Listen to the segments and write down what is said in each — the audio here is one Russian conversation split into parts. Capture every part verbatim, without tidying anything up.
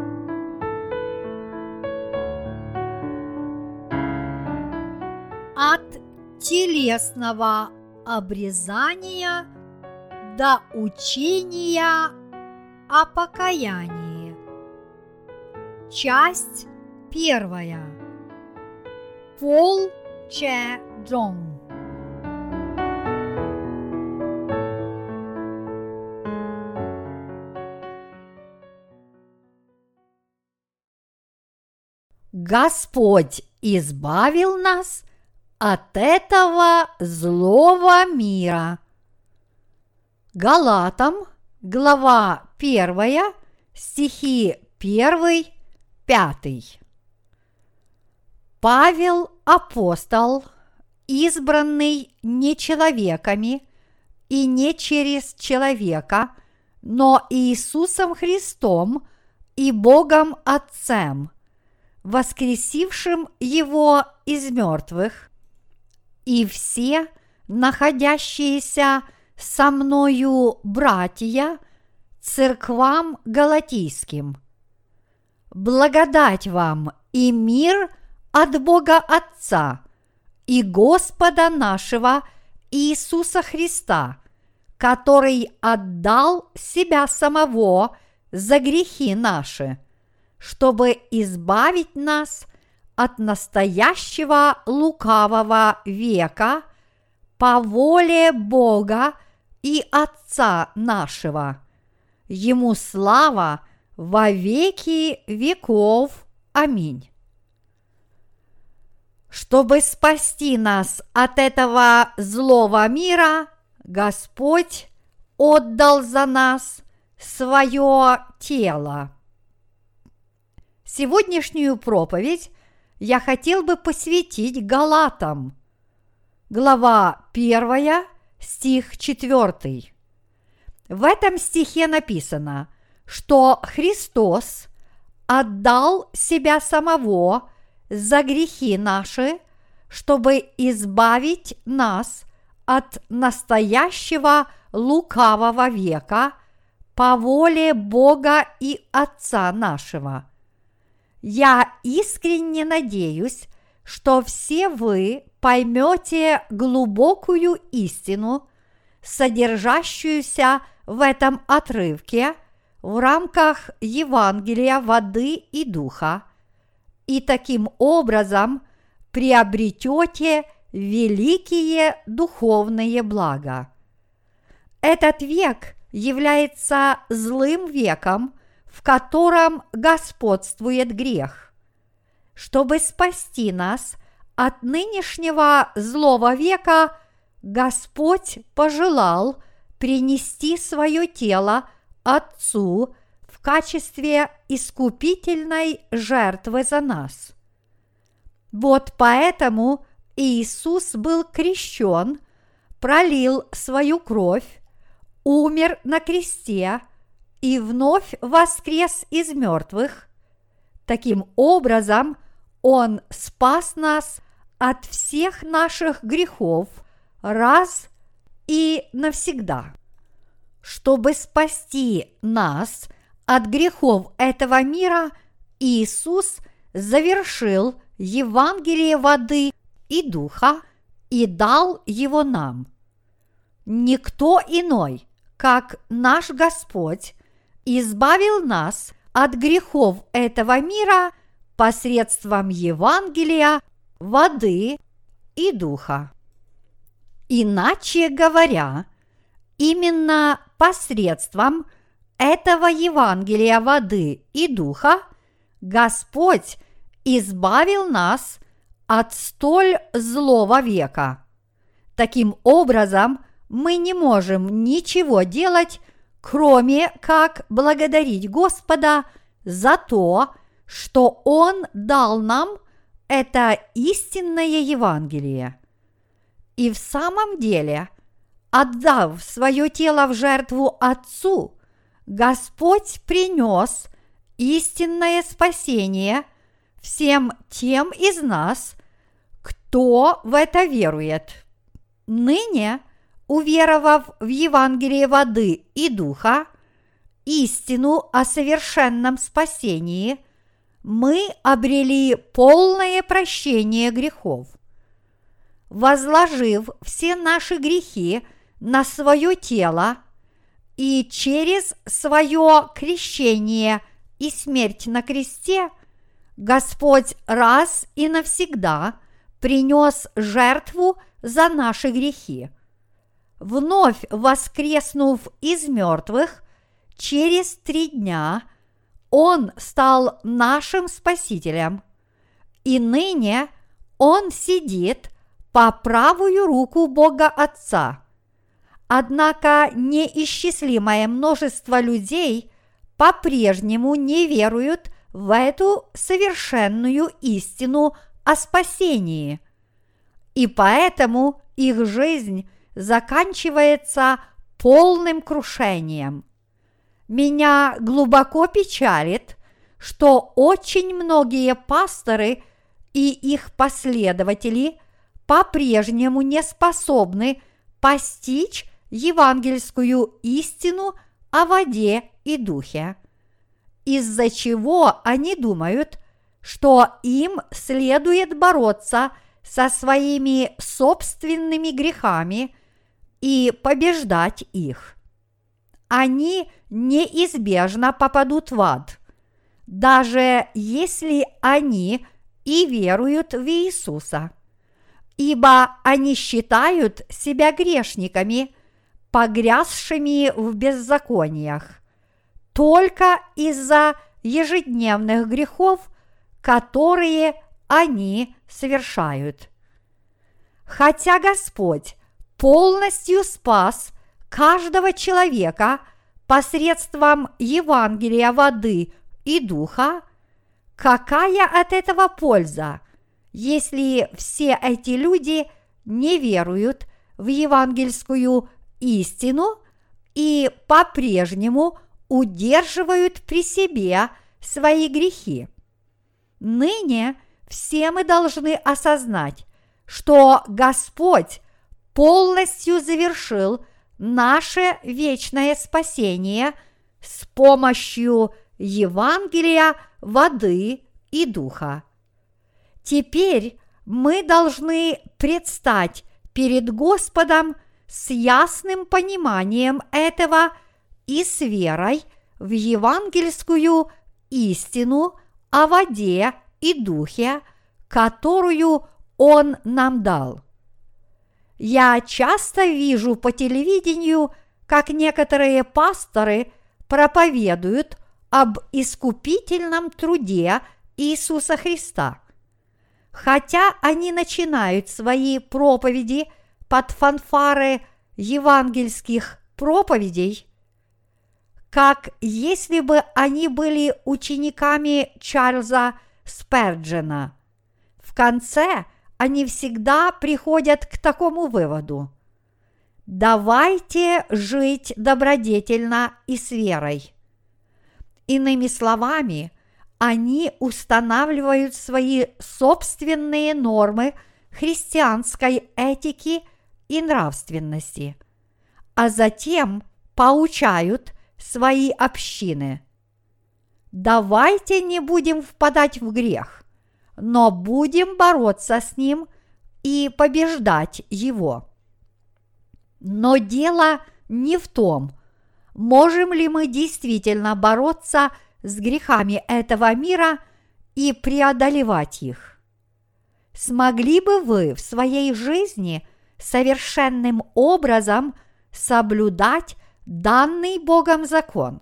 От телесного обрезания до учения о покаянии. Часть первая. Пол Че Джон. Господь избавил нас от этого злого мира. Галатам, глава первая, стихи первый, пятый. Павел апостол, избранный не человеками и не через человека, но Иисусом Христом и Богом Отцем, воскресившим Его из мертвых, и все находящиеся со мною братья церквам галатийским. Благодать вам и мир от Бога Отца и Господа нашего Иисуса Христа, который отдал себя самого за грехи наши, чтобы избавить нас от настоящего лукавого века по воле Бога и Отца нашего. Ему слава во веки веков. Аминь. Чтобы спасти нас от этого злого мира, Господь отдал за нас свое тело. Сегодняшнюю проповедь я хотел бы посвятить Галатам. Глава первая, стих четвертый. В этом стихе написано, что Христос отдал себя самого за грехи наши, чтобы избавить нас от настоящего лукавого века по воле Бога и Отца нашего. Я искренне надеюсь, что все вы поймете глубокую истину, содержащуюся в этом отрывке в рамках Евангелия воды и духа, и таким образом приобретете великие духовные блага. Этот век является злым веком, в котором господствует грех. Чтобы спасти нас от нынешнего злого века, Господь пожелал принести свое тело Отцу в качестве искупительной жертвы за нас. Вот поэтому Иисус был крещен, пролил свою кровь, умер на кресте и вновь воскрес из мертвых. Таким образом, Он спас нас от всех наших грехов раз и навсегда. Чтобы спасти нас от грехов этого мира, Иисус завершил Евангелие воды и духа и дал его нам. Никто иной, как наш Господь, избавил нас от грехов этого мира посредством Евангелия, воды и духа. Иначе говоря, именно посредством этого Евангелия воды и духа Господь избавил нас от столь злого века. Таким образом, мы не можем ничего делать, кроме как благодарить Господа за то, что Он дал нам это истинное Евангелие. И в самом деле, отдав свое тело в жертву Отцу, Господь принес истинное спасение всем тем из нас, кто в это верует. Ныне, уверовав в Евангелие воды и духа, истину о совершенном спасении, мы обрели полное прощение грехов. Возложив все наши грехи на свое тело и через свое крещение и смерть на кресте, Господь раз и навсегда принес жертву за наши грехи. Вновь воскреснув из мертвых, через три дня Он стал нашим Спасителем, и ныне Он сидит по правую руку Бога Отца. Однако неисчислимое множество людей по-прежнему не веруют в эту совершенную истину о спасении, и поэтому их жизнь заканчивается полным крушением. Меня глубоко печалит, что очень многие пасторы и их последователи по-прежнему не способны постичь евангельскую истину о воде и духе, из-за чего они думают, что им следует бороться со своими собственными грехами и побеждать их. Они неизбежно попадут в ад, даже если они и веруют в Иисуса, ибо они считают себя грешниками, погрязшими в беззакониях, только из-за ежедневных грехов, которые они совершают. Хотя Господь полностью спас каждого человека посредством Евангелия воды и духа, какая от этого польза, если все эти люди не веруют в евангельскую истину и по-прежнему удерживают при себе свои грехи? Ныне все мы должны осознать, что Господь полностью завершил наше вечное спасение с помощью Евангелия воды и духа. Теперь мы должны предстать перед Господом с ясным пониманием этого и с верой в евангельскую истину о воде и духе, которую Он нам дал. Я часто вижу по телевидению, как некоторые пасторы проповедуют об искупительном труде Иисуса Христа. Хотя они начинают свои проповеди под фанфары евангельских проповедей, как если бы они были учениками Чарльза Сперджена. В конце они всегда приходят к такому выводу: давайте жить добродетельно и с верой. Иными словами, они устанавливают свои собственные нормы христианской этики и нравственности, а затем поучают свои общины. Давайте не будем впадать в грех, но будем бороться с ним и побеждать его. Но дело не в том, можем ли мы действительно бороться с грехами этого мира и преодолевать их. Смогли бы вы в своей жизни совершенным образом соблюдать данный Богом закон?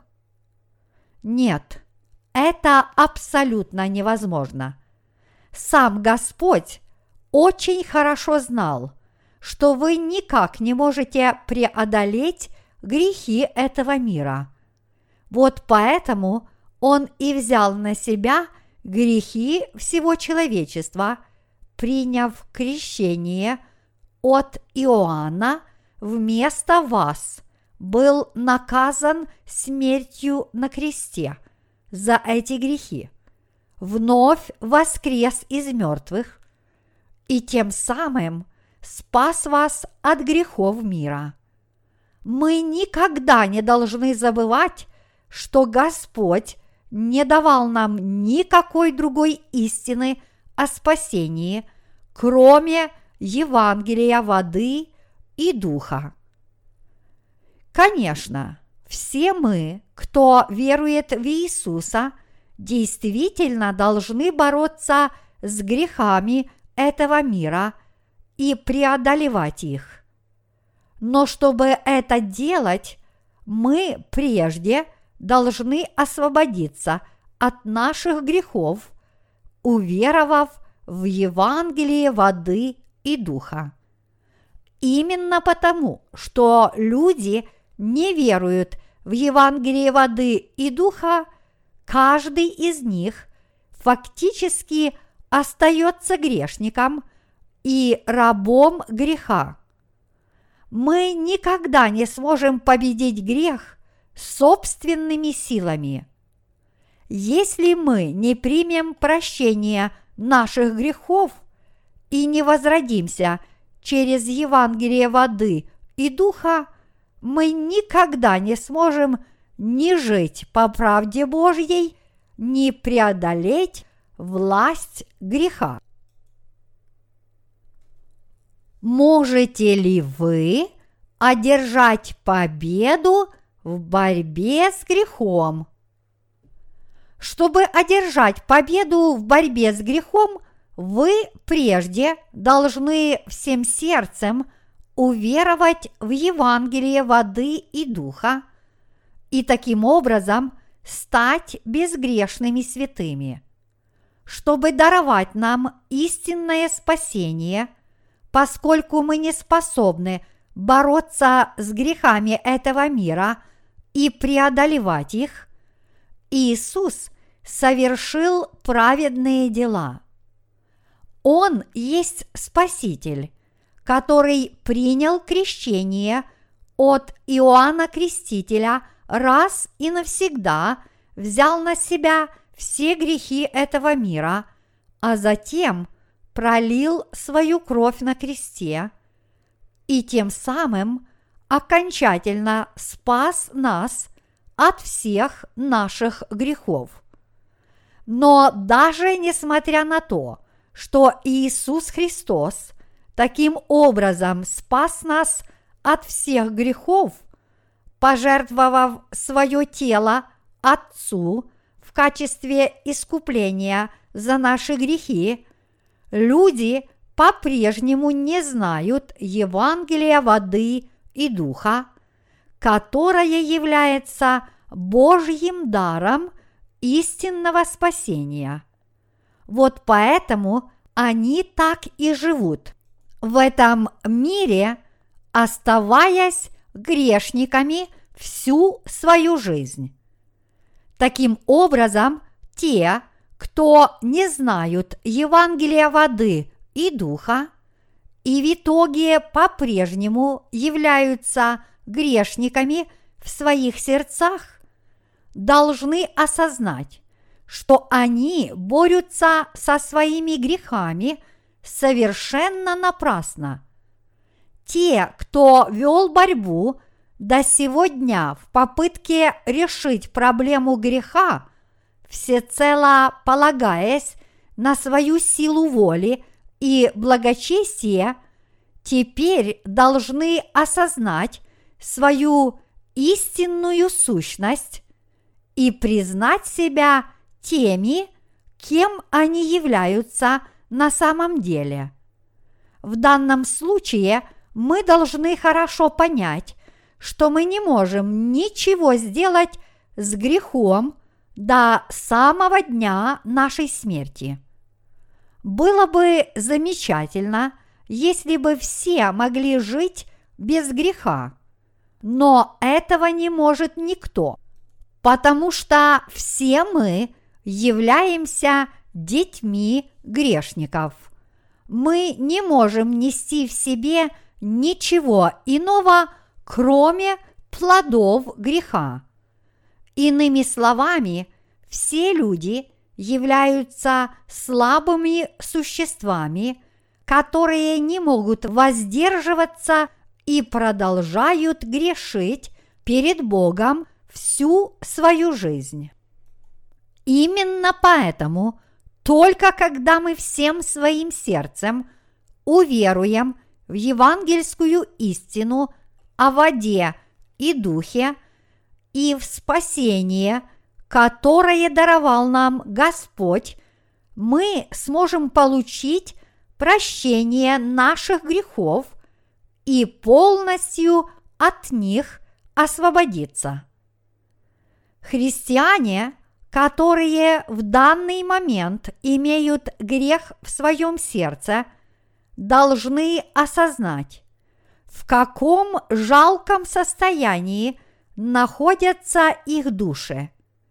Нет, это абсолютно невозможно. Сам Господь очень хорошо знал, что вы никак не можете преодолеть грехи этого мира. Вот поэтому Он и взял на себя грехи всего человечества, приняв крещение от Иоанна вместо вас, был наказан смертью на кресте за эти грехи, вновь воскрес из мертвых и тем самым спас вас от грехов мира. Мы никогда не должны забывать, что Господь не давал нам никакой другой истины о спасении, кроме Евангелия воды и духа. Конечно, все мы, кто верует в Иисуса, действительно должны бороться с грехами этого мира и преодолевать их. Но чтобы это делать, мы прежде должны освободиться от наших грехов, уверовав в Евангелие воды и духа. Именно потому, что люди не веруют в Евангелие воды и духа, каждый из них фактически остается грешником и рабом греха. Мы никогда не сможем победить грех собственными силами. Если мы не примем прощение наших грехов и не возродимся через Евангелие воды и духа, мы никогда не сможем ни жить по правде Божьей, ни преодолеть власть греха. Можете ли вы одержать победу в борьбе с грехом? Чтобы одержать победу в борьбе с грехом, вы прежде должны всем сердцем уверовать в Евангелие воды и духа и таким образом стать безгрешными святыми. Чтобы даровать нам истинное спасение, поскольку мы не способны бороться с грехами этого мира и преодолевать их, Иисус совершил праведные дела. Он есть Спаситель, который принял крещение от Иоанна Крестителя раз и навсегда, взял на себя все грехи этого мира, а затем пролил свою кровь на кресте и тем самым окончательно спас нас от всех наших грехов. Но даже несмотря на то, что Иисус Христос таким образом спас нас от всех грехов, пожертвовав свое тело Отцу в качестве искупления за наши грехи, люди по-прежнему не знают Евангелия воды и духа, которое является Божьим даром истинного спасения. Вот поэтому они так и живут в этом мире, оставаясь грешниками всю свою жизнь. Таким образом, те, кто не знают Евангелия воды и духа, и в итоге по-прежнему являются грешниками в своих сердцах, должны осознать, что они борются со своими грехами совершенно напрасно. Те, кто вел борьбу до сего дня в попытке решить проблему греха, всецело полагаясь на свою силу воли и благочестие, теперь должны осознать свою истинную сущность и признать себя теми, кем они являются на самом деле. В данном случае мы должны хорошо понять, что мы не можем ничего сделать с грехом до самого дня нашей смерти. Было бы замечательно, если бы все могли жить без греха, но этого не может никто, потому что все мы являемся детьми грешников. Мы не можем нести в себе ничего иного, кроме плодов греха. Иными словами, все люди являются слабыми существами, которые не могут воздерживаться и продолжают грешить перед Богом в всю свою жизнь. Именно поэтому только когда мы всем своим сердцем уверуем в евангельскую истину о воде и духе и в спасение, которое даровал нам Господь, мы сможем получить прощение наших грехов и полностью от них освободиться. Христиане, которые в данный момент имеют грех в своем сердце, должны осознать, в каком жалком состоянии находятся их души.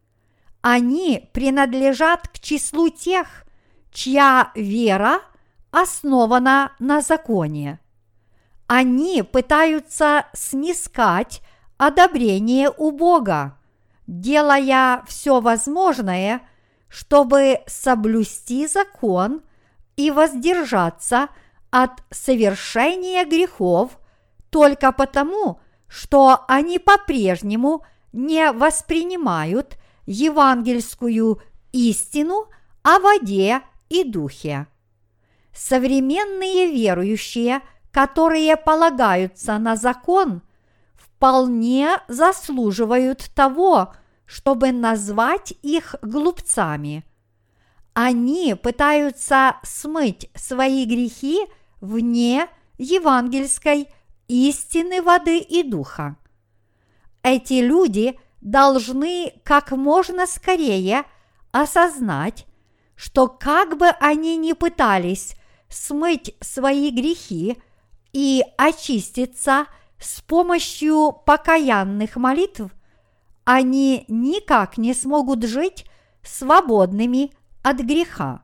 Они принадлежат к числу тех, чья вера основана на законе. Они пытаются снискать одобрение у Бога, делая все возможное, чтобы соблюсти закон и воздержаться от совершения грехов только потому, что они по-прежнему не воспринимают евангельскую истину о воде и духе. Современные верующие, которые полагаются на закон, вполне заслуживают того, чтобы назвать их глупцами. Они пытаются смыть свои грехи вне евангельской истины воды и духа. Эти люди должны как можно скорее осознать, что как бы они ни пытались смыть свои грехи и очиститься с помощью покаянных молитв, они никак не смогут жить свободными от греха.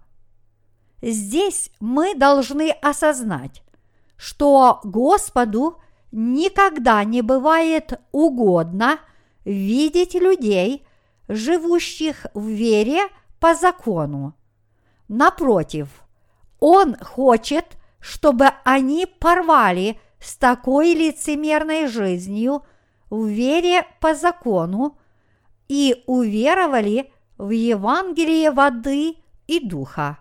Здесь мы должны осознать, что Господу никогда не бывает угодно видеть людей, живущих в вере по закону. Напротив, Он хочет, чтобы они порвали с такой лицемерной жизнью в вере по закону и уверовали в Евангелие воды и духа.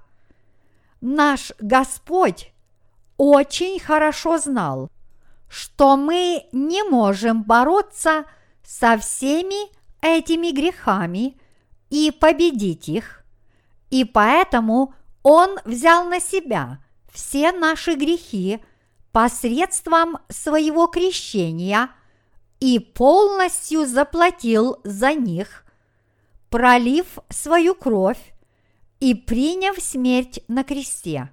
Наш Господь очень хорошо знал, что мы не можем бороться со всеми этими грехами и победить их, и поэтому Он взял на себя все наши грехи посредством своего крещения и полностью заплатил за них, пролив свою кровь и приняв смерть на кресте.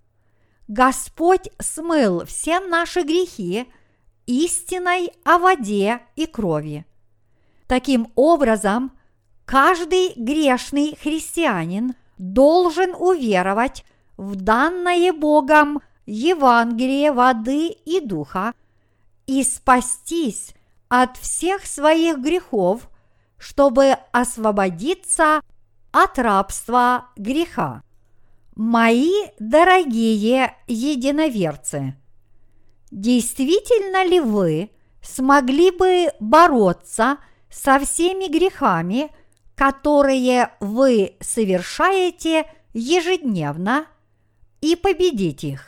Господь смыл все наши грехи истиной о воде и крови. Таким образом, каждый грешный христианин должен уверовать в данное Богом Евангелие воды и духа и спастись от всех своих грехов, чтобы освободиться от рабства греха. Мои дорогие единоверцы, действительно ли вы смогли бы бороться со всеми грехами, которые вы совершаете ежедневно, и победить их?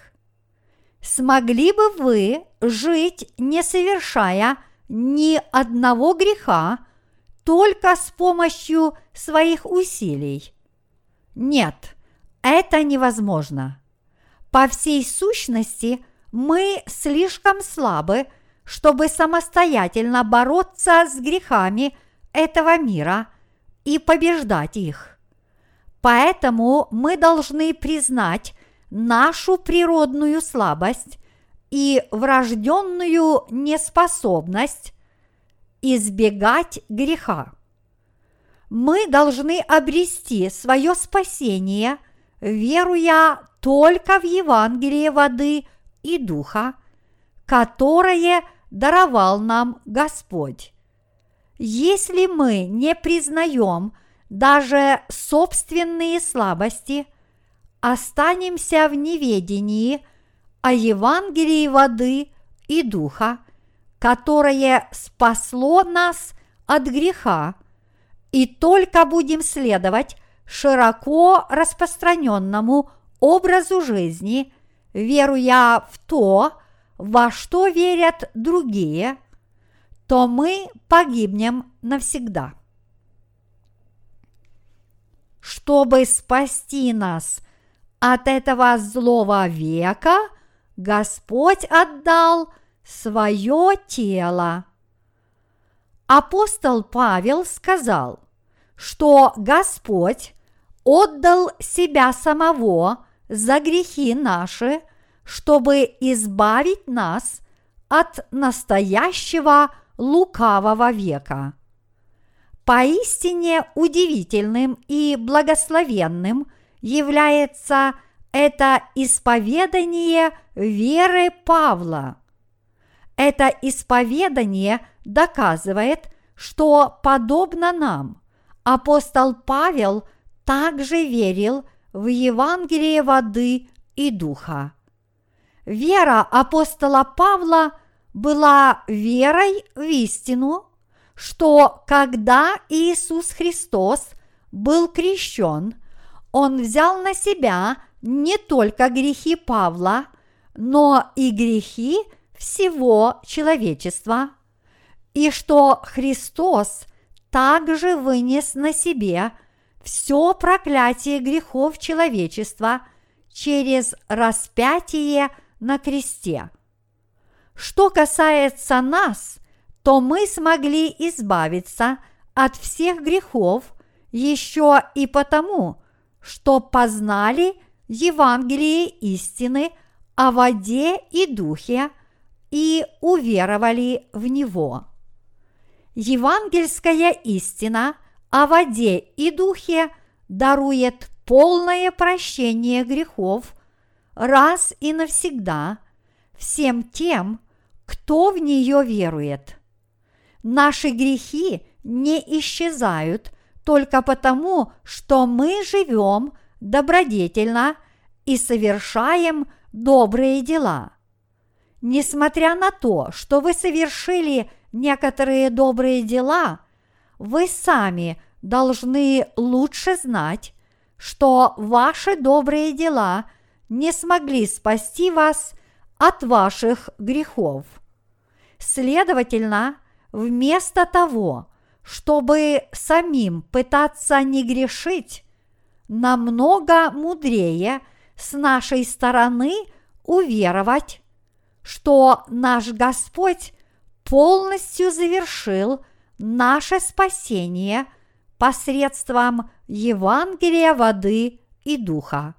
Смогли бы вы жить, не совершая ни одного греха, только с помощью своих усилий? Нет, это невозможно. По всей сущности, мы слишком слабы, чтобы самостоятельно бороться с грехами этого мира и побеждать их. Поэтому мы должны признать нашу природную слабость и врожденную неспособность избегать греха. Мы должны обрести свое спасение, веруя только в Евангелие воды и духа, которое даровал нам Господь. Если мы не признаем даже собственные слабости, останемся в неведении о Евангелии воды и духа, которое спасло нас от греха и только будем следовать широко распространенному образу жизни, веруя в то, во что верят другие, то мы погибнем навсегда. Чтобы спасти нас от этого злого века, Господь отдал свое тело. Апостол Павел сказал, что Господь отдал себя самого за грехи наши, чтобы избавить нас от настоящего лукавого века. Поистине удивительным и благословенным является это исповедание веры Павла. Это исповедание доказывает, что, подобно нам, апостол Павел также верил в Евангелие воды и духа. Вера апостола Павла была верой в истину, что когда Иисус Христос был крещен, Он взял на себя не только грехи Павла, но и грехи всего человечества, и что Христос также вынес на себе все проклятие грехов человечества через распятие на кресте. Что касается нас, то мы смогли избавиться от всех грехов еще и потому, что познали Евангелие истины о воде и духе и уверовали в него. Евангельская истина о воде и духе дарует полное прощение грехов раз и навсегда всем тем, кто в нее верует. Наши грехи не исчезают только потому, что мы живем добродетельно и совершаем добрые дела. Несмотря на то, что вы совершили некоторые добрые дела, вы сами должны лучше знать, что ваши добрые дела не смогли спасти вас от ваших грехов. Следовательно, вместо того, чтобы самим пытаться не грешить, намного мудрее с нашей стороны уверовать, что наш Господь полностью завершил наше спасение посредством Евангелия воды и духа.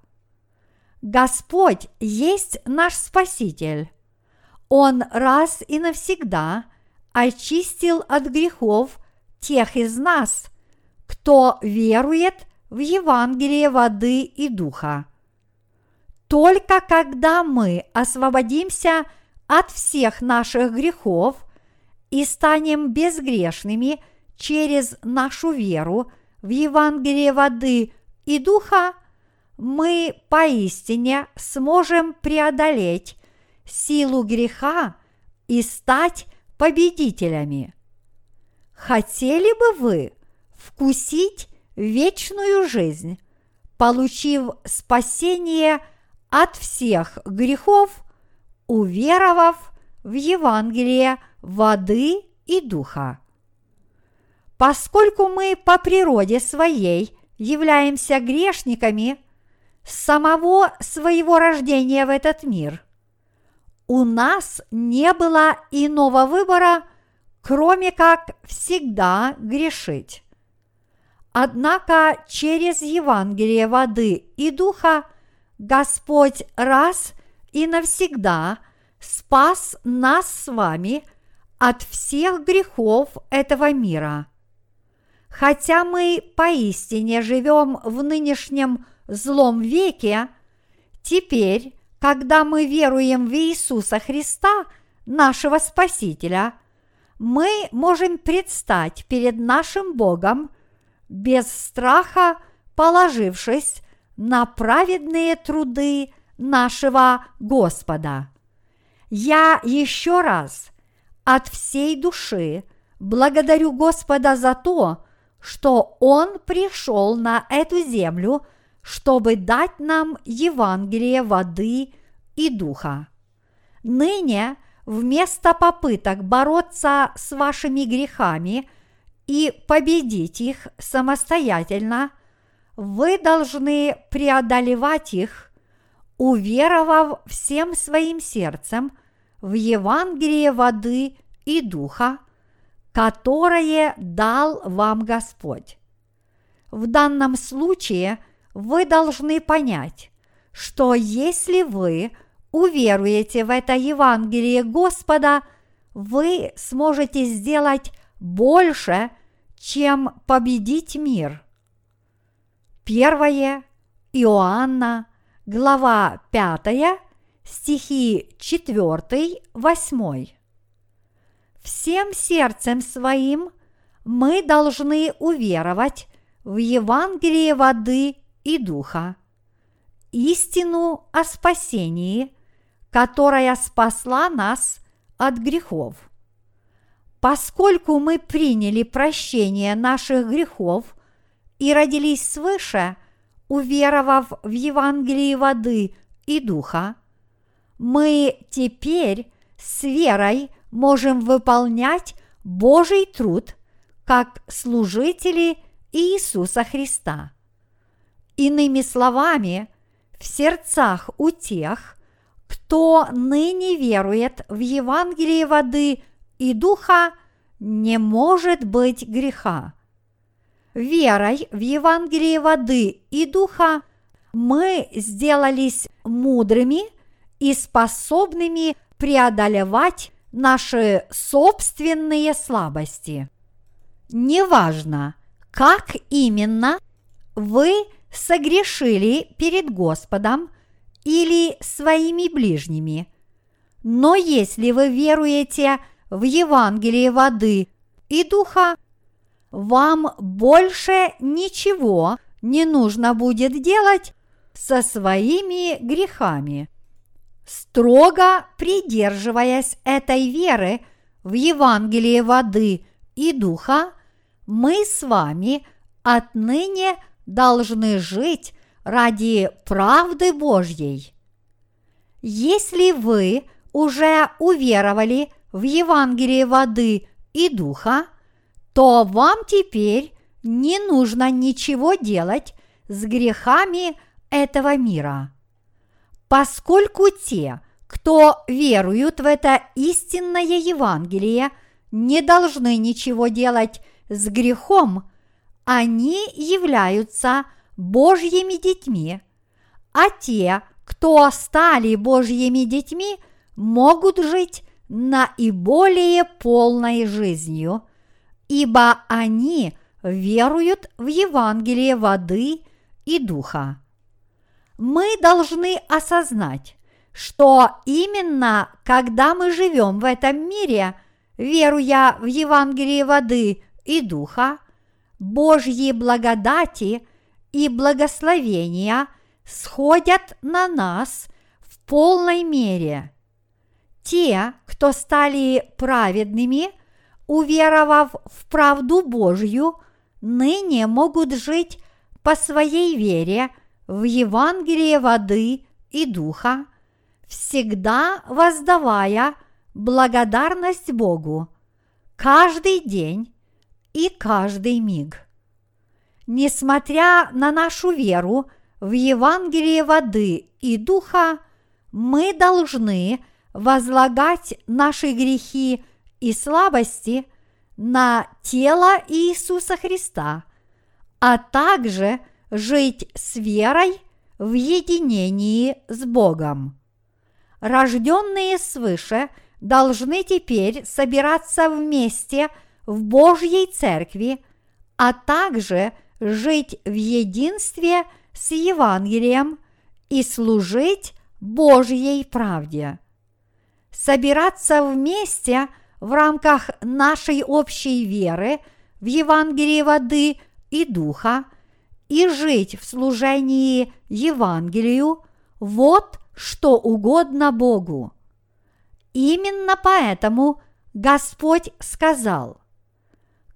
Господь есть наш Спаситель. Он раз и навсегда очистил от грехов тех из нас, кто верует в Евангелие воды и духа. Только когда мы освободимся от всех наших грехов и станем безгрешными через нашу веру в Евангелие воды и духа, мы поистине сможем преодолеть силу греха и стать победителями. Хотели бы вы вкусить вечную жизнь, получив спасение от всех грехов, уверовав в Евангелие воды и духа? Поскольку мы по природе своей являемся грешниками с самого своего рождения в этот мир, у нас не было иного выбора, кроме как всегда грешить. Однако через Евангелие воды и духа Господь раз и навсегда спас нас с вами от всех грехов этого мира. Хотя мы поистине живем в нынешнем злом веке, теперь, когда мы веруем в Иисуса Христа, нашего Спасителя, мы можем предстать перед нашим Богом без страха, положившись на праведные труды нашего Господа. Я еще раз от всей души благодарю Господа за то, что Он пришел на эту землю, чтобы дать нам Евангелие воды и духа. Ныне вместо попыток бороться с вашими грехами и победить их самостоятельно, вы должны преодолевать их, уверовав всем своим сердцем в Евангелие воды и духа, которое дал вам Господь. В данном случае вы должны понять, что если вы уверуете в это Евангелие Господа, вы сможете сделать больше, чем победить мир. Первое Иоанна, глава пятая, стихи четыре восемь. Всем сердцем своим мы должны уверовать в Евангелие воды и духа, истину о спасении, которая спасла нас от грехов. Поскольку мы приняли прощение наших грехов и родились свыше, уверовав в Евангелие воды и духа, мы теперь с верой можем выполнять Божий труд как служители Иисуса Христа. Иными словами, в сердцах у тех, кто ныне верует в Евангелие воды и духа, не может быть греха. Верой в Евангелие воды и духа мы сделались мудрыми и способными преодолевать наши собственные слабости. Неважно, как именно вы согрешили перед Господом или своими ближними, но если вы веруете в Евангелие воды и духа, вам больше ничего не нужно будет делать со своими грехами. Строго придерживаясь этой веры в Евангелие воды и духа, мы с вами отныне должны жить ради правды Божьей. Если вы уже уверовали в Евангелие воды и духа, то вам теперь не нужно ничего делать с грехами этого мира. Поскольку те, кто веруют в это истинное Евангелие, не должны ничего делать с грехом, они являются Божьими детьми, а те, кто стали Божьими детьми, могут жить наиболее полной жизнью, ибо они веруют в Евангелие воды и духа. Мы должны осознать, что именно когда мы живем в этом мире, веруя в Евангелие воды и духа, Божьи благодати и благословения сходят на нас в полной мере. Те, кто стали праведными, уверовав в правду Божью, ныне могут жить по своей вере в Евангелие воды и духа, всегда воздавая благодарность Богу каждый день и каждый миг. Несмотря на нашу веру в Евангелие воды и духа, мы должны возлагать наши грехи и слабости на тело Иисуса Христа, а также жить с верой в единении с Богом. Рожденные свыше должны теперь собираться вместе в Божьей Церкви, а также жить в единстве с Евангелием и служить Божьей правде. Собираться вместе в рамках нашей общей веры в Евангелие воды и духа и жить в служении Евангелию – вот что угодно Богу. Именно поэтому Господь сказал: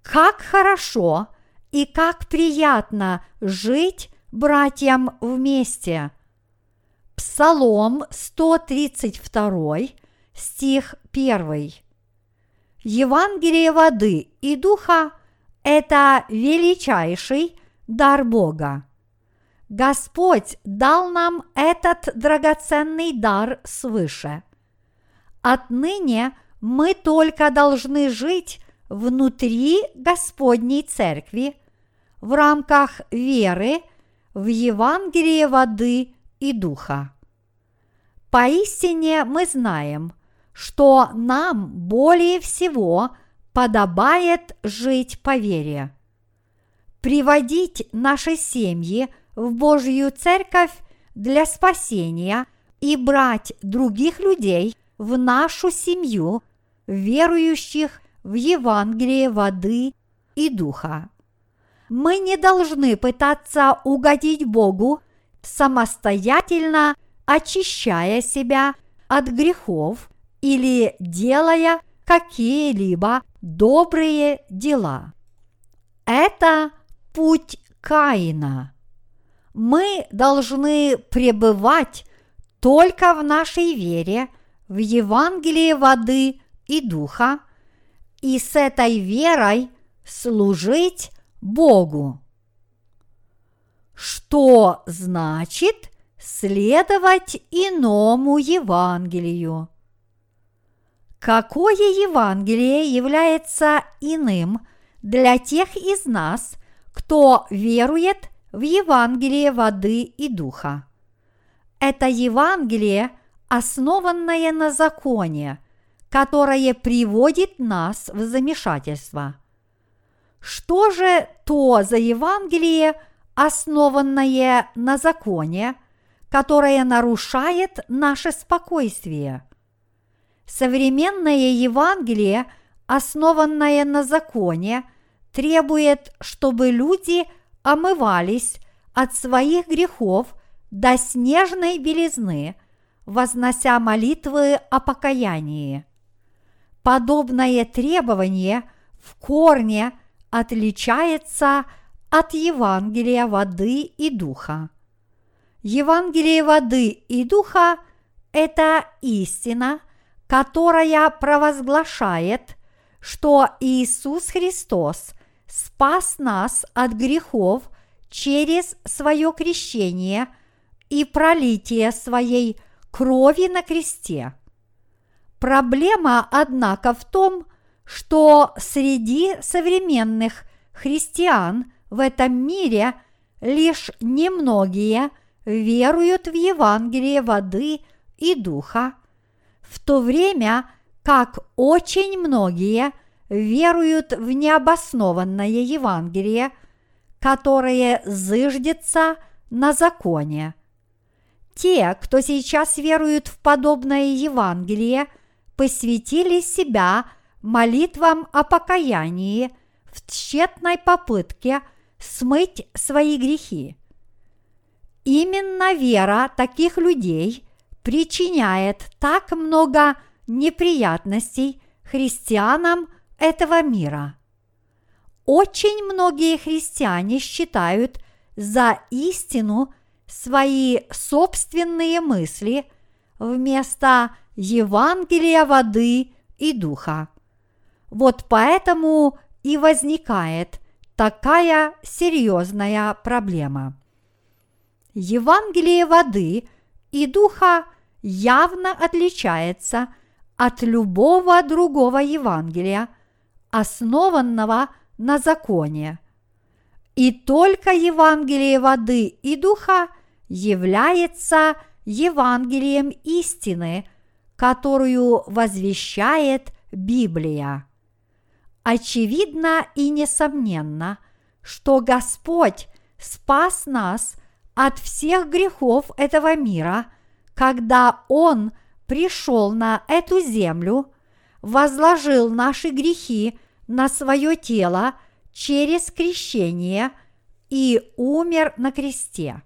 Как хорошо и как приятно жить братьям вместе. Псалом сто тридцать два, стих первый. Евангелие воды и духа – это величайший дар Бога. Господь дал нам этот драгоценный дар свыше. Отныне мы только должны жить внутри Господней Церкви в рамках веры в Евангелие воды и духа. Поистине мы знаем, что нам более всего подобает жить по вере. Приводить наши семьи в Божью Церковь для спасения и брать других людей в нашу семью, верующих в Евангелие воды и духа. Мы не должны пытаться угодить Богу, самостоятельно очищая себя от грехов или делая какие-либо добрые дела. Это путь Каина. Мы должны пребывать только в нашей вере в Евангелие воды и духа и с этой верой служить Богу. Что значит следовать иному Евангелию? Какое Евангелие является иным для тех из нас, кто верует в Евангелие воды и духа? Это Евангелие, основанное на законе, которое приводит нас в замешательство. Что же то за Евангелие, основанное на законе, которое нарушает наше спокойствие? Современное Евангелие, основанное на законе, требует, чтобы люди омывались от своих грехов до снежной белизны, вознося молитвы о покаянии. Подобное требование в корне отличается от Евангелия воды и духа. Евангелие воды и духа – это истина, которая провозглашает, что Иисус Христос спас нас от грехов через свое крещение и пролитие своей крови на кресте. Проблема, однако, в том, что среди современных христиан в этом мире лишь немногие веруют в Евангелие воды и духа, в то время как очень многие веруют в необоснованное Евангелие, которое зыждется на законе. Те, кто сейчас верует в подобное Евангелие, посвятили себя молитвам о покаянии в тщетной попытке смыть свои грехи. Именно вера таких людей причиняет так много неприятностей христианам этого мира. Очень многие христиане считают за истину свои собственные мысли вместо Евангелия воды и духа. Вот поэтому и возникает такая серьезная проблема. Евангелие воды и духа явно отличается от любого другого Евангелия, основанного на законе. И только Евангелие воды и духа является Евангелием истины, которую возвещает Библия. Очевидно и несомненно, что Господь спас нас от всех грехов этого мира, когда Он пришел на эту землю, возложил наши грехи на свое тело через крещение и умер на кресте.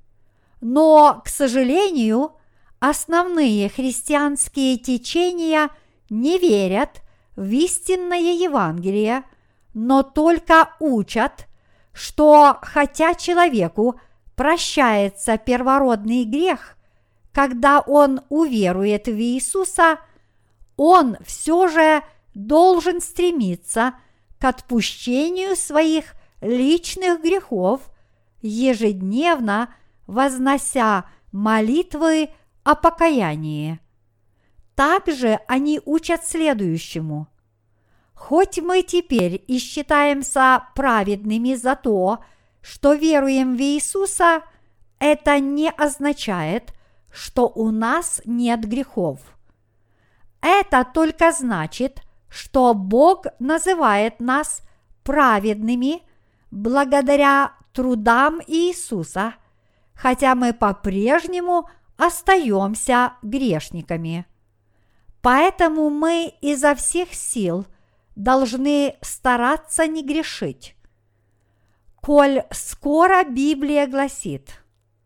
Но, к сожалению, основные христианские течения не верят в истинное Евангелие, но только учат, что хотя человеку прощается первородный грех, когда он уверует в Иисуса, он все же должен стремиться к отпущению своих личных грехов, ежедневно вознося молитвы о покаянии. Также они учат следующему. Хоть мы теперь и считаемся праведными за то, что веруем в Иисуса, это не означает, что у нас нет грехов. Это только значит, что Бог называет нас праведными благодаря трудам Иисуса, хотя мы по-прежнему остаемся грешниками. Поэтому мы изо всех сил должны стараться не грешить. Коль скоро Библия гласит: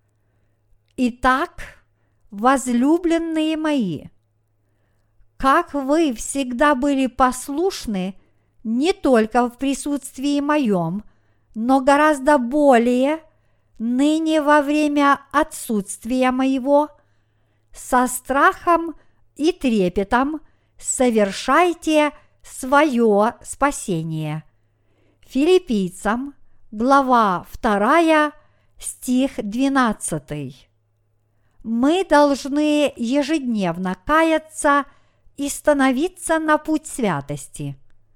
«Итак, возлюбленные мои, как вы всегда были послушны не только в присутствии моем, но гораздо более ныне во время отсутствия моего, со страхом и трепетом совершайте свое спасение». Филиппийцам, глава вторая, стих двенадцатый. Мы должны ежедневно каяться и становиться на путь святости.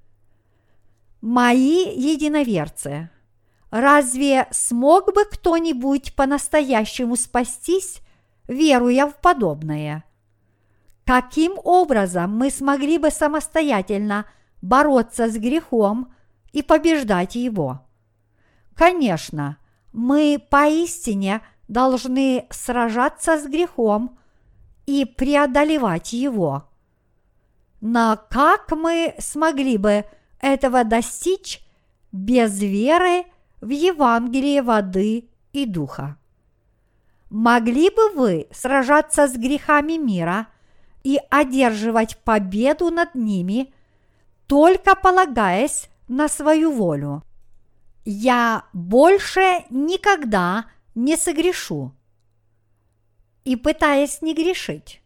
Мои единоверцы, разве смог бы кто-нибудь по-настоящему спастись, веруя в подобное? Каким образом мы смогли бы самостоятельно бороться с грехом и побеждать его? Конечно, мы поистине должны сражаться с грехом и преодолевать его. Но как мы смогли бы этого достичь без веры в Евангелие воды и духа? Могли бы вы сражаться с грехами мира и одерживать победу над ними, только полагаясь на свою волю? «Я больше никогда не согрешу», и пытаясь не грешить?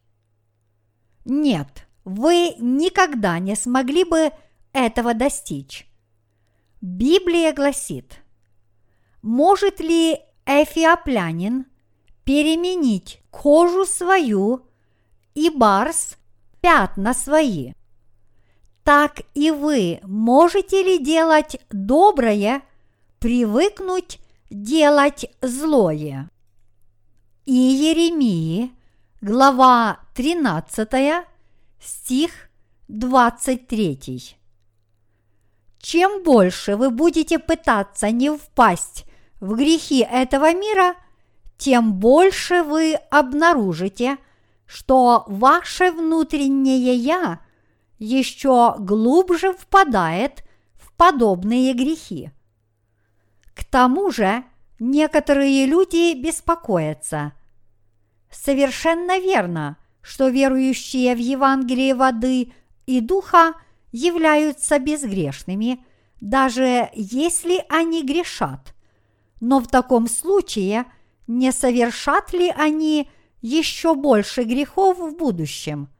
Нет, вы никогда не смогли бы этого достичь. Библия гласит: может ли эфиоплянин переменить кожу свою и барс пятна свои? Так и вы можете ли делать доброе, привыкнуть делать злое? И Иеремии, глава тринадцатая, стих двадцать третий. Чем больше вы будете пытаться не впасть в грехи этого мира, тем больше вы обнаружите, что ваше внутреннее «я» еще глубже впадает в подобные грехи. К тому же некоторые люди беспокоятся. Совершенно верно, что верующие в Евангелие воды и духа являются безгрешными, даже если они грешат. Но в таком случае не совершат ли они еще больше грехов в будущем?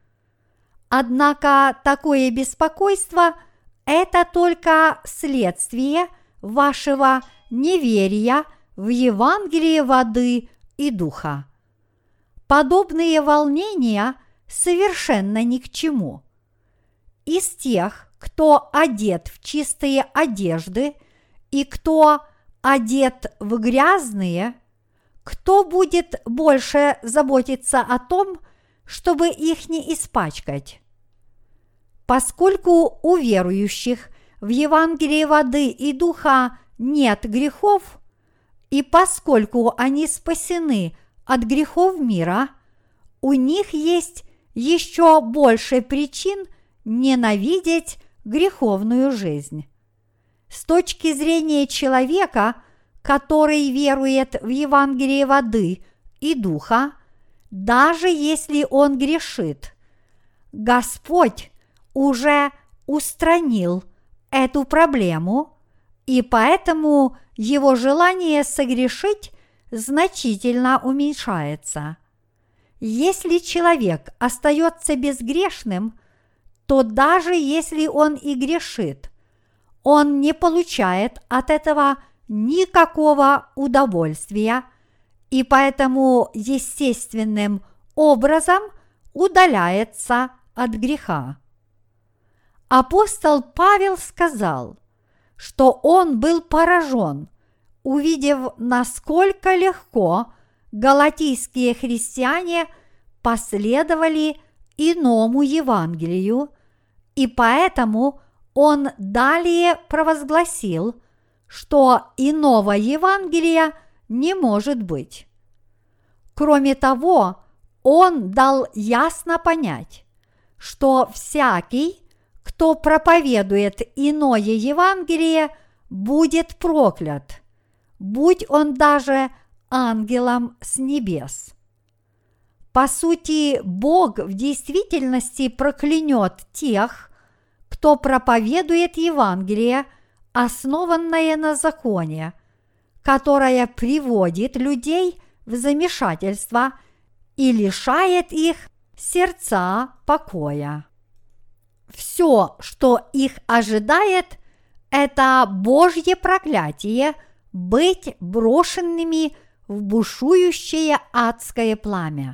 Однако такое беспокойство – это только следствие вашего неверия в Евангелие воды и духа. Подобные волнения совершенно ни к чему. Из тех, кто одет в чистые одежды и кто одет в грязные, кто будет больше заботиться о том, чтобы их не испачкать? Поскольку у верующих в Евангелие воды и духа нет грехов, и поскольку они спасены от грехов мира, у них есть еще больше причин ненавидеть греховную жизнь. С точки зрения человека, который верует в Евангелие воды и духа, даже если он грешит, Господь уже устранил эту проблему, и поэтому его желание согрешить значительно уменьшается. Если человек остается безгрешным, то даже если он и грешит, он не получает от этого никакого удовольствия и поэтому естественным образом удаляется от греха. Апостол Павел сказал, что он был поражен, увидев, насколько легко галатийские христиане последовали иному Евангелию, и поэтому он далее провозгласил, что иного Евангелия не может быть. Кроме того, он дал ясно понять, что всякий, кто проповедует иное Евангелие, будет проклят, будь он даже ангелом с небес. По сути, Бог в действительности проклянет тех, кто проповедует Евангелие, основанное на законе, которое приводит людей в замешательство и лишает их сердца покоя. Все, что их ожидает, это Божье проклятие быть брошенными в бушующее адское пламя.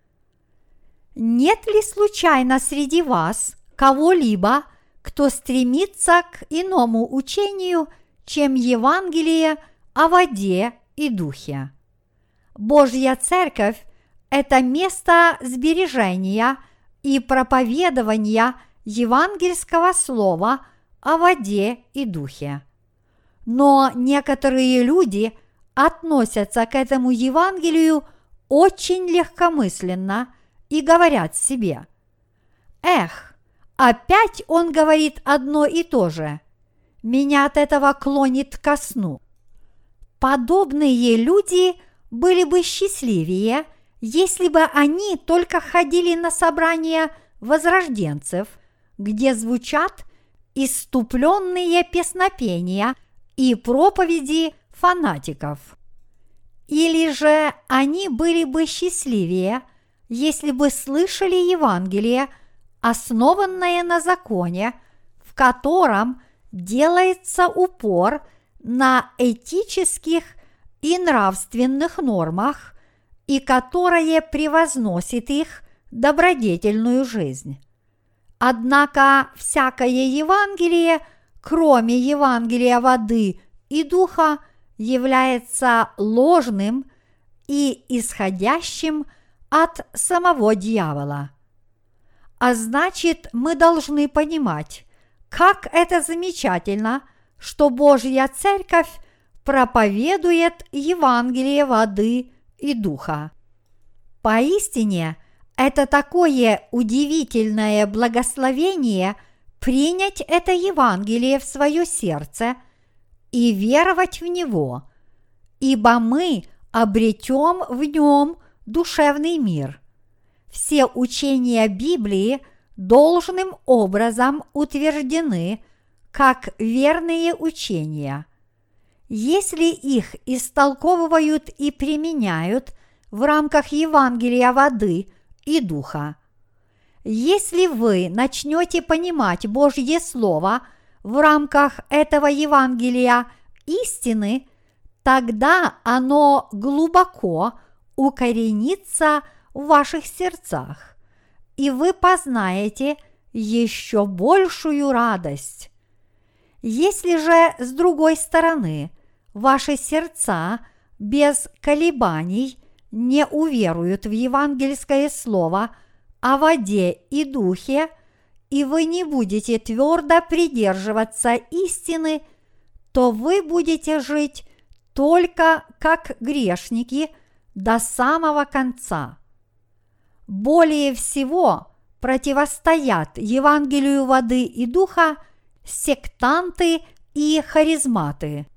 Нет ли случайно среди вас кого-либо, кто стремится к иному учению, чем Евангелие о воде и духе? Божья Церковь – это место сбережения и проповедования евангельского слова о воде и духе. Но некоторые люди относятся к этому Евангелию очень легкомысленно и говорят себе: «Эх, опять он говорит одно и то же. Меня от этого клонит ко сну». Подобные люди были бы счастливее, если бы они только ходили на собрания возрожденцев, где звучат исступленные песнопения и проповеди фанатиков. Или же они были бы счастливее, если бы слышали Евангелие, основанное на законе, в котором делается упор на этических и нравственных нормах, и которое превозносит их добродетельную жизнь. Однако всякое Евангелие, кроме Евангелия воды и духа, является ложным и исходящим от самого дьявола. А значит, мы должны понимать, как это замечательно, что Божья Церковь проповедует Евангелие воды и духа. Поистине, это такое удивительное благословение принять это Евангелие в свое сердце и веровать в него, ибо мы обретем в нем душевный мир. Все учения Библии должным образом утверждены как верные учения. Если их истолковывают и применяют в рамках Евангелия воды и духа. Если вы начнете понимать Божье Слово в рамках этого Евангелия истины, тогда оно глубоко укоренится в ваших сердцах, и вы познаете еще большую радость. Если же, с другой стороны, ваши сердца без колебаний не уверуют в евангельское слово о воде и духе, и вы не будете твердо придерживаться истины, то вы будете жить только как грешники до самого конца. Более всего противостоят Евангелию воды и духа сектанты и харизматы.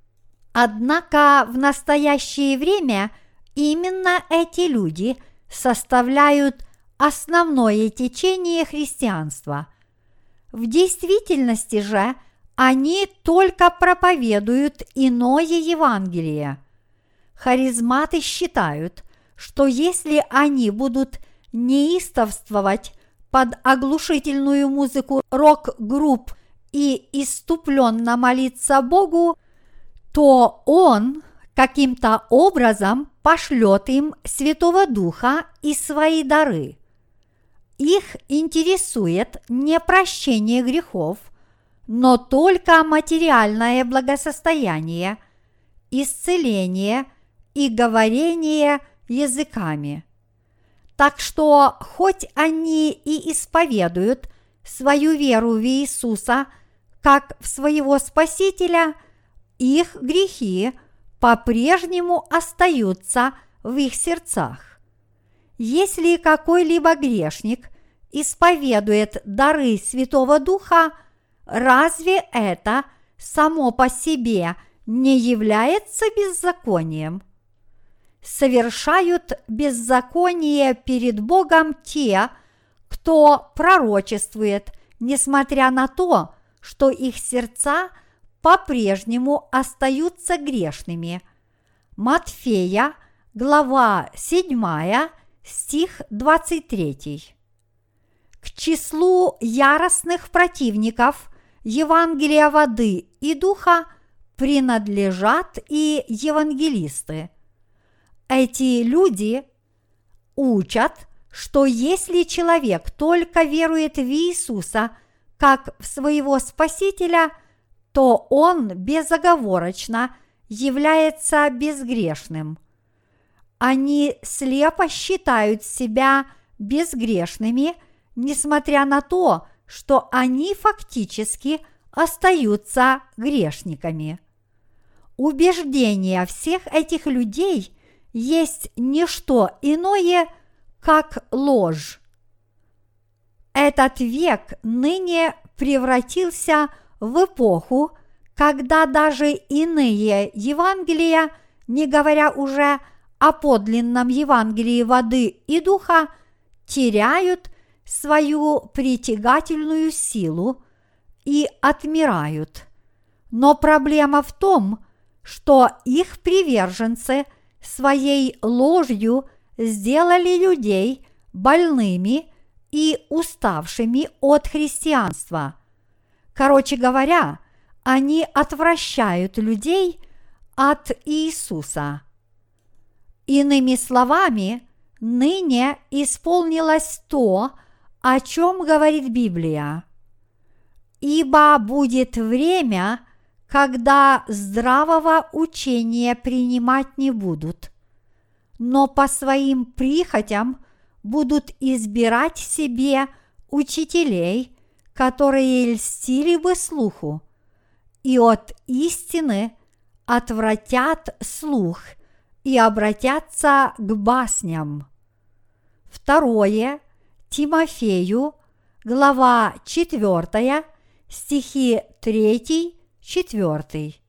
Однако в настоящее время именно эти люди составляют основное течение христианства. В действительности же они только проповедуют иное Евангелие. Харизматы считают, что если они будут неистовствовать под оглушительную музыку рок-групп и иступленно молиться Богу, то Он каким-то образом пошлет им Святого Духа и свои дары. Их интересует не прощение грехов, но только материальное благосостояние, исцеление и говорение языками. Так что, хоть они и исповедуют свою веру в Иисуса как в своего Спасителя, их грехи по-прежнему остаются в их сердцах. Если какой-либо грешник исповедует дары Святого Духа, разве это само по себе не является беззаконием? Совершают беззаконие перед Богом те, кто пророчествует, несмотря на то, что их сердца по-прежнему остаются грешными. Матфея, глава седьмая, стих двадцать третий. К числу яростных противников Евангелия воды и духа принадлежат и евангелисты. Эти люди учат, что если человек только верует в Иисуса как в своего Спасителя, то он безоговорочно является безгрешным. Они слепо считают себя безгрешными, несмотря на то, что они фактически остаются грешниками. Убеждения всех этих людей есть не что иное, как ложь. Этот век ныне превратился в эпоху, когда даже иные Евангелия, не говоря уже о подлинном Евангелии воды и духа, теряют свою притягательную силу и отмирают. Но проблема в том, что их приверженцы своей ложью сделали людей больными и уставшими от христианства. Короче говоря, они отвращают людей от Иисуса. Иными словами, ныне исполнилось то, о чем говорит Библия. Ибо будет время, когда здравого учения принимать не будут, но по своим прихотям будут избирать себе учителей, которые льстили бы слуху, и от истины отвратят слух и обратятся к басням. Второе Тимофею, глава четвертая, стихи третий, четвертый.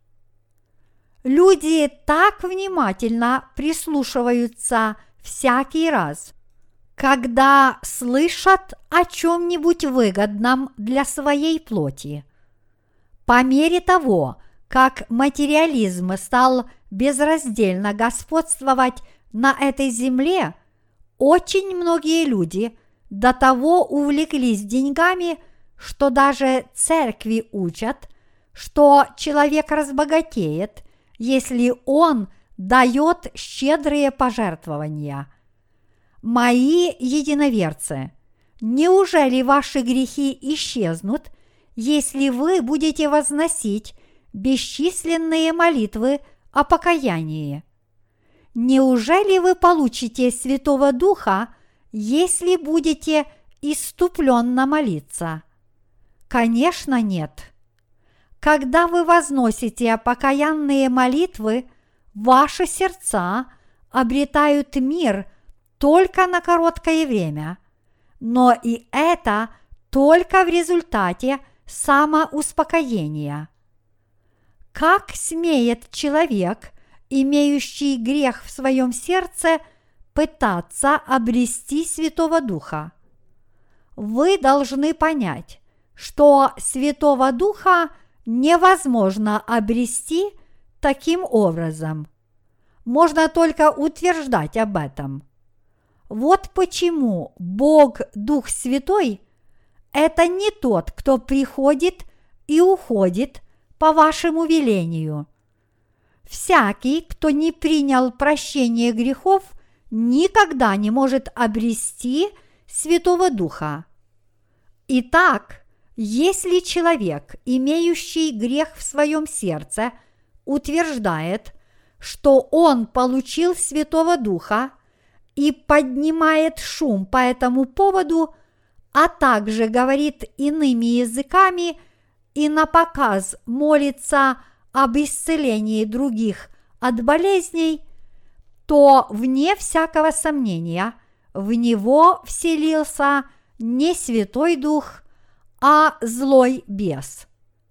Люди так внимательно прислушиваются всякий раз, когда слышат о чем-нибудь выгодном для своей плоти. По мере того, как материализм стал безраздельно господствовать на этой земле, очень многие люди до того увлеклись деньгами, что даже церкви учат, что человек разбогатеет, если он дает щедрые пожертвования. Мои единоверцы, неужели ваши грехи исчезнут, если вы будете возносить бесчисленные молитвы о покаянии? Неужели вы получите Святого Духа, если будете исступленно молиться? Конечно, нет. Когда вы возносите покаянные молитвы, ваши сердца обретают мир только на короткое время, но и это только в результате самоуспокоения. Как смеет человек, имеющий грех в своем сердце, пытаться обрести Святого Духа? Вы должны понять, что Святого Духа невозможно обрести таким образом. Можно только утверждать об этом. Вот почему Бог Дух Святой – это не тот, кто приходит и уходит по вашему велению. Всякий, кто не принял прощение грехов, никогда не может обрести Святого Духа. Итак, если человек, имеющий грех в своем сердце, утверждает, что он получил Святого Духа и поднимает шум по этому поводу, а также говорит иными языками и напоказ молится об исцелении других от болезней, то, вне всякого сомнения, в него вселился не Святой Дух, а злой бес.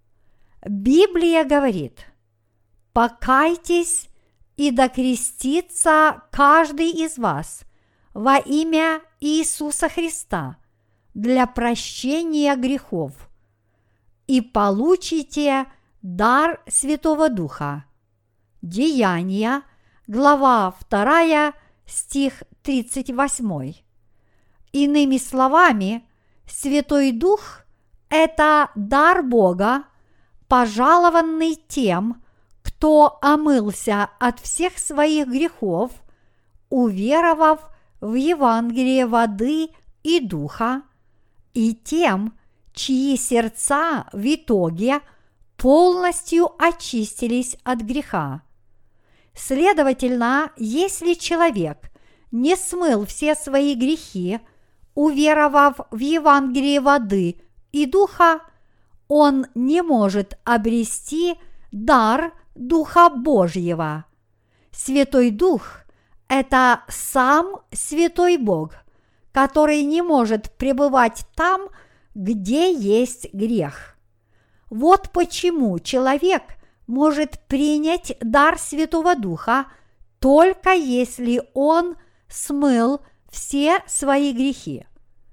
Библия говорит: «Покайтесь и докрестится каждый из вас во имя Иисуса Христа для прощения грехов, и получите дар Святого Духа». Деяния, глава вторая, стих тридцать восемь. Иными словами, Святой Дух – это дар Бога, пожалованный тем, кто омылся от всех своих грехов, уверовав в Евангелие воды и духа, и тем, чьи сердца в итоге полностью очистились от греха. Следовательно, если человек не смыл все свои грехи, уверовав в Евангелие воды и духа, он не может обрести дар Духа Божьего. Святой Дух – это сам Святой Бог, который не может пребывать там, где есть грех. Вот почему человек может принять дар Святого Духа только если он смыл все свои грехи.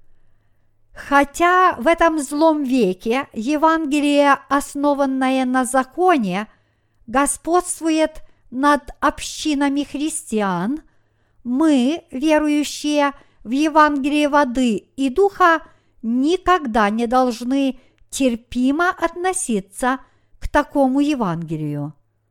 Хотя в этом злом веке Евангелие, основанное на законе, господствует над общинами христиан, мы, верующие в Евангелие воды и духа, никогда не должны терпимо относиться к такому Евангелию.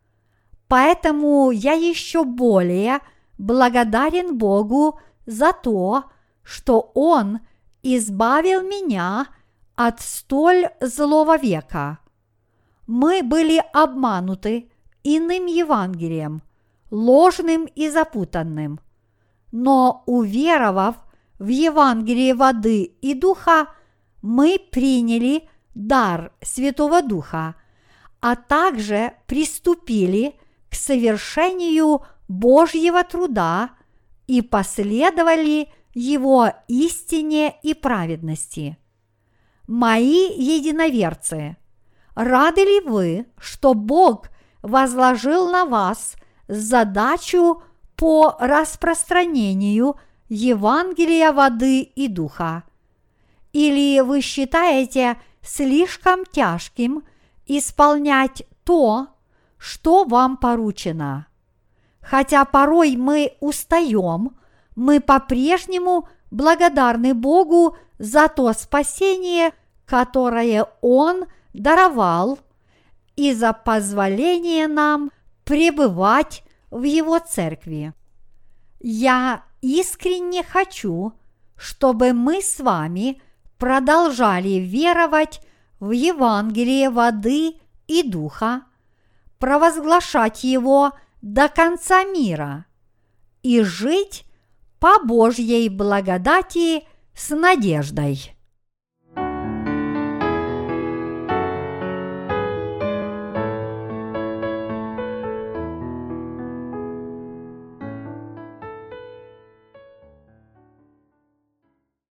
Поэтому я еще более благодарен Богу за то, что Он избавил меня от столь злого века. Мы были обмануты иным Евангелием, ложным и запутанным, но, уверовав в Евангелие воды и духа, мы приняли дар Святого Духа, а также приступили к совершению Божьего труда и последовали Его истине и праведности. Мои единоверцы, рады ли вы, что Бог возложил на вас задачу по распространению Евангелия воды и духа? Или вы считаете слишком тяжким исполнять то, что вам поручено? Хотя порой мы устаем, мы по-прежнему благодарны Богу за то спасение, которое Он даровал, и за позволение нам пребывать в Его церкви. Я искренне хочу, чтобы мы с вами продолжали веровать в Евангелие воды и духа, провозглашать его до конца мира и жить по Божьей благодати с надеждой.